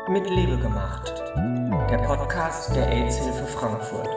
Mit Liebe gemacht. Der Podcast der AIDS-Hilfe Frankfurt.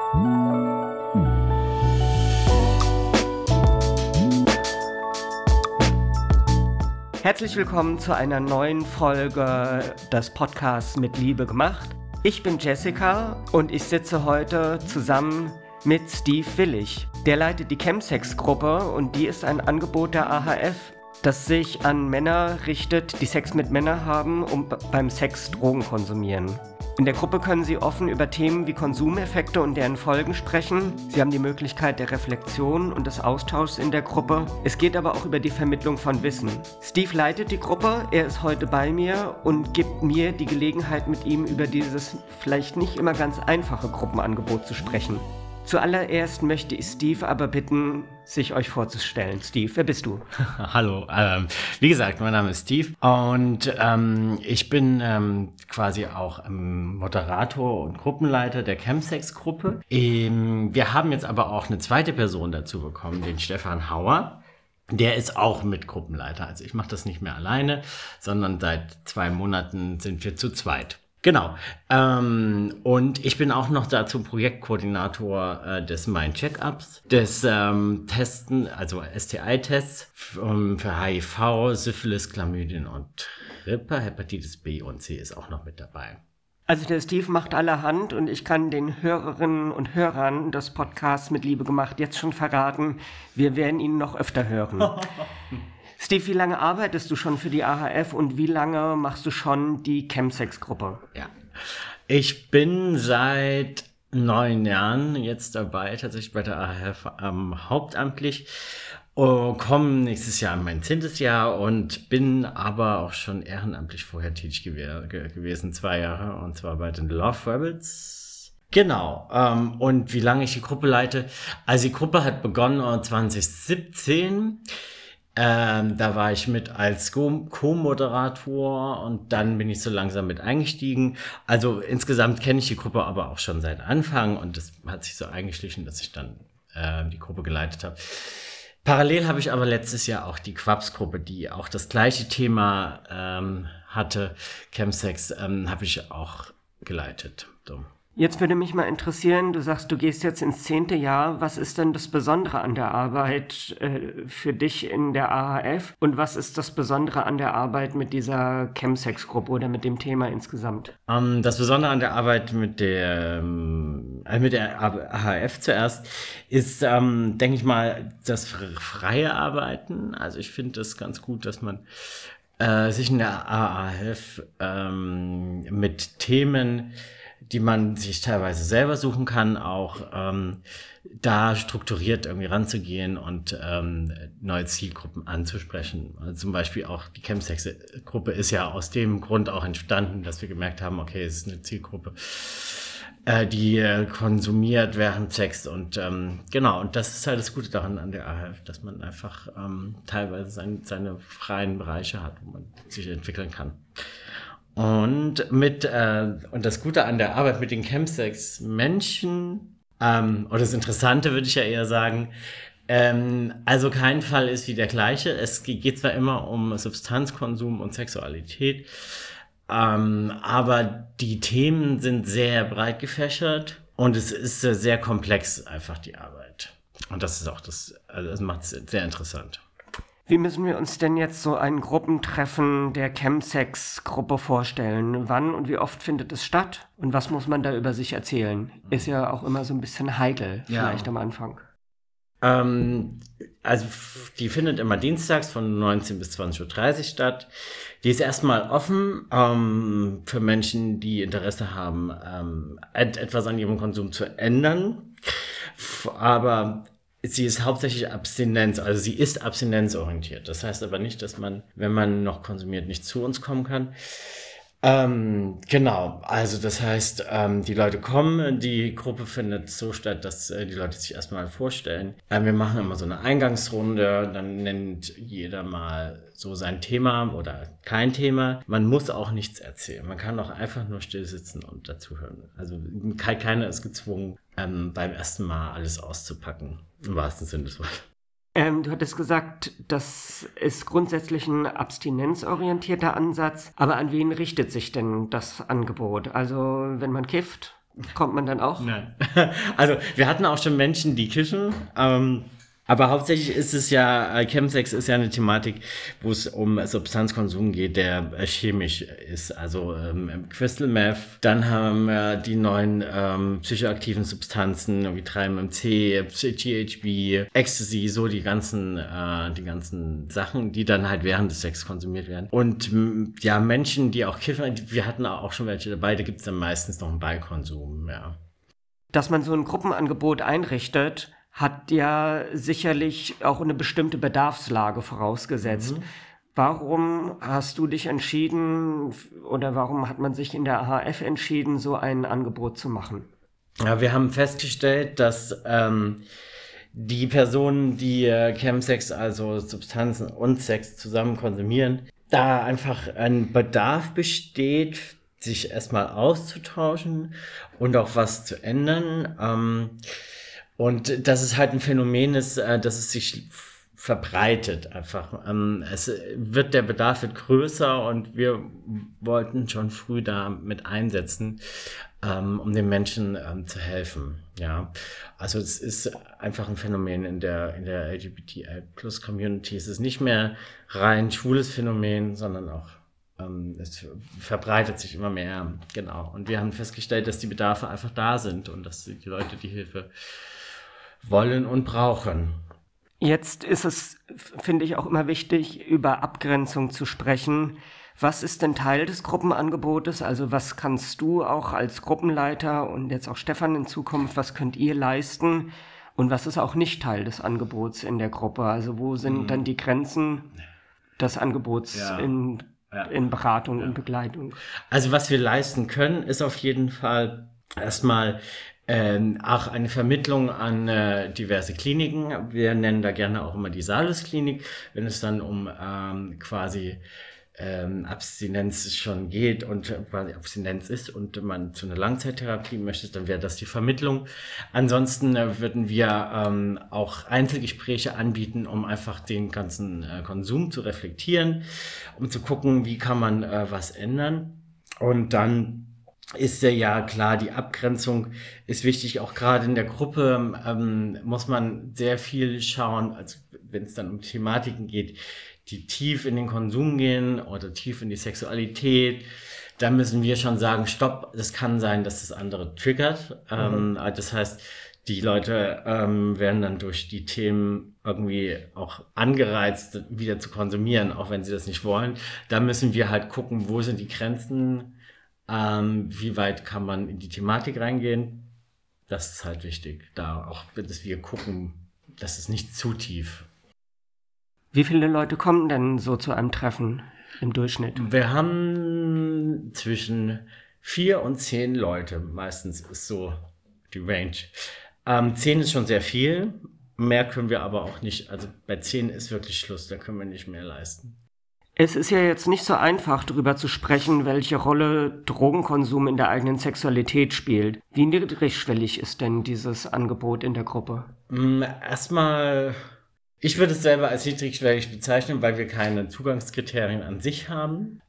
Herzlich willkommen zu einer neuen Folge des Podcasts Mit Liebe gemacht. Ich bin Jessica und ich sitze heute zusammen mit Steve Willig. Der leitet die Chemsex-Gruppe und die ist ein Angebot der AHF, das sich an Männer richtet, die Sex mit Männern haben und beim Sex Drogen konsumieren. In der Gruppe können Sie offen über Themen wie Konsumeffekte und deren Folgen sprechen. Sie haben die Möglichkeit der Reflexion und des Austauschs in der Gruppe. Es geht aber auch über die Vermittlung von Wissen. Steve leitet die Gruppe, er ist heute bei mir und gibt mir die Gelegenheit, mit ihm über dieses vielleicht nicht immer ganz einfache Gruppenangebot zu sprechen. Zuallererst möchte ich Steve aber bitten, sich euch vorzustellen. Steve, wer bist du? Hallo, wie gesagt, mein Name ist Steve und ich bin quasi auch Moderator und Gruppenleiter der Chemsex-Gruppe. Wir haben jetzt aber auch eine zweite Person dazu bekommen, den Stefan Hauer. Der ist auch mit Gruppenleiter. Also ich mache das nicht mehr alleine, sondern seit 2 Monaten sind wir zu zweit. Genau. Und ich bin auch noch dazu Projektkoordinator des Mind-Check-Ups, des Testen, also STI-Tests für HIV, Syphilis, Chlamydien und Grippe. Hepatitis B und C ist auch noch mit dabei. Also der Steve macht allerhand und ich kann den Hörerinnen und Hörern des Podcasts Mit Liebe gemacht jetzt schon verraten, wir werden ihn noch öfter hören. Steve, wie lange arbeitest du schon für die AHF und wie lange machst du schon die Chemsex-Gruppe? Ja, ich bin seit 9 Jahren jetzt dabei, tatsächlich bei der AHF hauptamtlich. Komme nächstes Jahr in mein 10. Jahr und bin aber auch schon ehrenamtlich vorher tätig gewesen, 2 Jahre, und zwar bei den Love Rebels. Genau, und wie lange ich die Gruppe leite? Also die Gruppe hat begonnen 2017. Da war ich mit als Co-Moderator und dann bin ich so langsam mit eingestiegen. Also insgesamt kenne ich die Gruppe aber auch schon seit Anfang und das hat sich so eingeschlichen, dass ich dann die Gruppe geleitet habe. Parallel habe ich aber letztes Jahr auch die Quabs-Gruppe, die auch das gleiche Thema hatte, Chemsex, habe ich auch geleitet. So. Jetzt würde mich mal interessieren, du sagst, du gehst jetzt ins 10. Jahr. Was ist denn das Besondere an der Arbeit für dich in der AHF? Und was ist das Besondere an der Arbeit mit dieser Chemsex-Gruppe oder mit dem Thema insgesamt? Das Besondere an der Arbeit mit der AHF zuerst ist, denke ich mal, das freie Arbeiten. Also ich finde es ganz gut, dass man sich in der AHF mit Themen, die man sich teilweise selber suchen kann, auch da strukturiert irgendwie ranzugehen und neue Zielgruppen anzusprechen. Also zum Beispiel auch die Chemsex-Gruppe ist ja aus dem Grund auch entstanden, dass wir gemerkt haben, okay, es ist eine Zielgruppe, die konsumiert während Sex und genau, und das ist halt das Gute daran an der AHF, dass man einfach teilweise seine freien Bereiche hat, wo man sich entwickeln kann. Und und das Gute an der Arbeit mit den Chemsex-Menschen, oder das Interessante würde ich ja eher sagen, also kein Fall ist wie der gleiche. Es geht zwar immer um Substanzkonsum und Sexualität, aber die Themen sind sehr breit gefächert und es ist sehr komplex einfach die Arbeit. Und das ist auch das macht es sehr interessant. Wie müssen wir uns denn jetzt so ein Gruppentreffen der Chemsex-Gruppe vorstellen? Wann und wie oft findet es statt? Und was muss man da über sich erzählen? Ist ja auch immer so ein bisschen heikel, vielleicht am Anfang. Also die findet immer dienstags von 19 bis 20.30 Uhr statt. Die ist erstmal offen für Menschen, die Interesse haben, etwas an ihrem Konsum zu ändern. Aber sie ist hauptsächlich Abstinenz, also sie ist abstinenzorientiert. Das heißt aber nicht, dass man, wenn man noch konsumiert, nicht zu uns kommen kann. Genau, also das heißt, die Leute kommen, die Gruppe findet so statt, dass die Leute sich erstmal vorstellen. Wir machen immer so eine Eingangsrunde, dann nennt jeder mal so sein Thema oder kein Thema. Man muss auch nichts erzählen, man kann auch einfach nur still sitzen und dazuhören. Also keiner ist gezwungen, beim ersten Mal alles auszupacken, im wahrsten Sinne des Wortes. Du hattest gesagt, das ist grundsätzlich ein abstinenzorientierter Ansatz, aber an wen richtet sich denn das Angebot? Also wenn man kifft, kommt man dann auch? Nein. Also wir hatten auch schon Menschen, die kiffen. Aber hauptsächlich ist es ja, Chemsex ist ja eine Thematik, wo es um Substanzkonsum geht, der chemisch ist. Also Crystal Meth, dann haben wir die neuen psychoaktiven Substanzen wie 3-MMC, GHB, Ecstasy, so die ganzen Sachen, die dann halt während des Sex konsumiert werden. Und ja, Menschen, die auch kiffen, wir hatten auch schon welche dabei, da gibt es dann meistens noch einen Beikonsum, ja. Dass man so ein Gruppenangebot einrichtet, hat ja sicherlich auch eine bestimmte Bedarfslage vorausgesetzt. Warum hast du dich entschieden oder warum hat man sich in der AHF entschieden, so ein Angebot zu machen? Ja, wir haben festgestellt, dass die Personen, die Chemsex, also Substanzen und Sex zusammen konsumieren, da einfach ein Bedarf besteht, sich erstmal auszutauschen und auch was zu ändern. Und dass es halt ein Phänomen ist, dass es sich verbreitet einfach. Der Bedarf wird größer und wir wollten schon früh da mit einsetzen, um den Menschen zu helfen. Ja, also es ist einfach ein Phänomen in der LGBTI+-Community. Es ist nicht mehr rein schwules Phänomen, sondern auch es verbreitet sich immer mehr. Genau. Und wir haben festgestellt, dass die Bedarfe einfach da sind und dass die Leute die Hilfe wollen und brauchen. Jetzt ist es, finde ich, auch immer wichtig, über Abgrenzung zu sprechen. Was ist denn Teil des Gruppenangebotes? Also was kannst du auch als Gruppenleiter und jetzt auch Stefan in Zukunft, was könnt ihr leisten? Und was ist auch nicht Teil des Angebots in der Gruppe? Also wo sind dann die Grenzen des Angebots in Beratung und Begleitung? Also was wir leisten können, ist auf jeden Fall erstmal auch eine Vermittlung an diverse Kliniken. Wir nennen da gerne auch immer die Salus-Klinik, wenn es dann um quasi Abstinenz schon geht und quasi Abstinenz ist und man zu einer Langzeittherapie möchte, dann wäre das die Vermittlung. Ansonsten würden wir auch Einzelgespräche anbieten, um einfach den ganzen Konsum zu reflektieren, um zu gucken, wie kann man was ändern. Und dann ist ja klar, die Abgrenzung ist wichtig. Auch gerade in der Gruppe muss man sehr viel schauen, also wenn es dann um Thematiken geht, die tief in den Konsum gehen oder tief in die Sexualität. Da müssen wir schon sagen, stopp, es kann sein, dass das andere triggert. Das heißt, die Leute werden dann durch die Themen irgendwie auch angereizt, wieder zu konsumieren, auch wenn sie das nicht wollen. Da müssen wir halt gucken, wo sind die Grenzen, wie weit kann man in die Thematik reingehen. Das ist halt wichtig, da auch, dass wir gucken, dass es nicht zu tief. Wie viele Leute kommen denn so zu einem Treffen im Durchschnitt? Wir haben zwischen 4 und 10 Leute, meistens ist so die Range. 10 ist schon sehr viel, mehr können wir aber auch nicht, also bei 10 ist wirklich Schluss, da können wir nicht mehr leisten. Es ist ja jetzt nicht so einfach, darüber zu sprechen, welche Rolle Drogenkonsum in der eigenen Sexualität spielt. Wie niedrigschwellig ist denn dieses Angebot in der Gruppe? Erstmal, ich würde es selber als niedrigschwellig bezeichnen, weil wir keine Zugangskriterien an sich haben.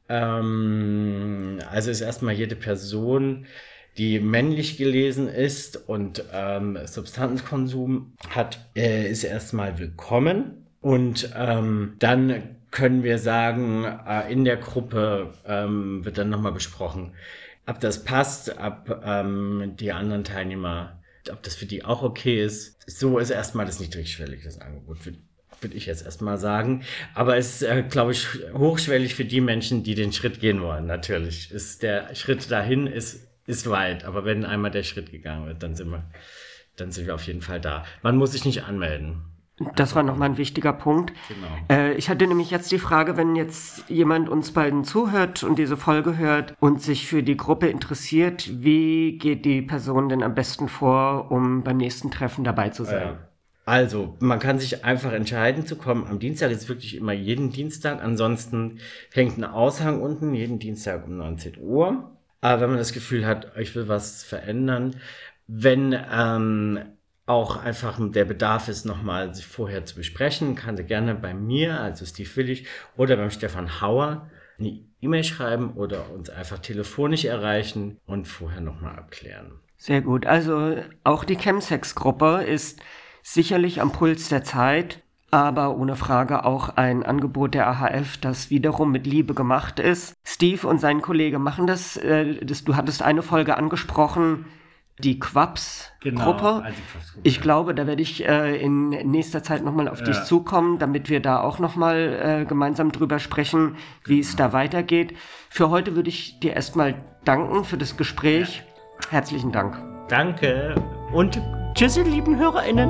Also ist erstmal jede Person, die männlich gelesen ist und Substanzkonsum hat, ist erstmal willkommen. Und dann können wir sagen, in der Gruppe wird dann nochmal besprochen, ob das passt, ob die anderen Teilnehmer, ob das für die auch okay ist. So ist erstmal das niedrigschwellig, das Angebot, würde ich jetzt erstmal sagen. Aber es ist, glaube ich, hochschwellig für die Menschen, die den Schritt gehen wollen, natürlich. Der Schritt dahin ist weit, aber wenn einmal der Schritt gegangen wird, dann sind wir auf jeden Fall da. Man muss sich nicht anmelden. Das war nochmal ein wichtiger Punkt. Genau. Ich hatte nämlich jetzt die Frage, wenn jetzt jemand uns beiden zuhört und diese Folge hört und sich für die Gruppe interessiert, wie geht die Person denn am besten vor, um beim nächsten Treffen dabei zu sein? Also, man kann sich einfach entscheiden zu kommen. Am Dienstag ist wirklich immer jeden Dienstag. Ansonsten hängt ein Aushang unten, jeden Dienstag um 19 Uhr. Aber wenn man das Gefühl hat, ich will was verändern, wenn auch einfach der Bedarf ist, nochmal sich vorher zu besprechen, kann sie gerne bei mir, also Steve Willig, oder beim Stefan Hauer eine E-Mail schreiben oder uns einfach telefonisch erreichen und vorher nochmal abklären. Sehr gut. Also auch die Chemsex-Gruppe ist sicherlich am Puls der Zeit, aber ohne Frage auch ein Angebot der AHF, das wiederum mit Liebe gemacht ist. Steve und sein Kollege machen das. Du hattest eine Folge angesprochen, die Quaps-Gruppe. Also ich glaube, da werde ich in nächster Zeit nochmal auf dich zukommen, damit wir da auch nochmal gemeinsam drüber sprechen, wie es da weitergeht. Für heute würde ich dir erstmal danken für das Gespräch. Herzlichen Dank. Danke und tschüss, ihr lieben HörerInnen.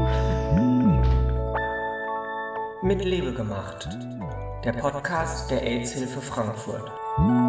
Mit Liebe gemacht. Der Podcast der AIDS-Hilfe Frankfurt.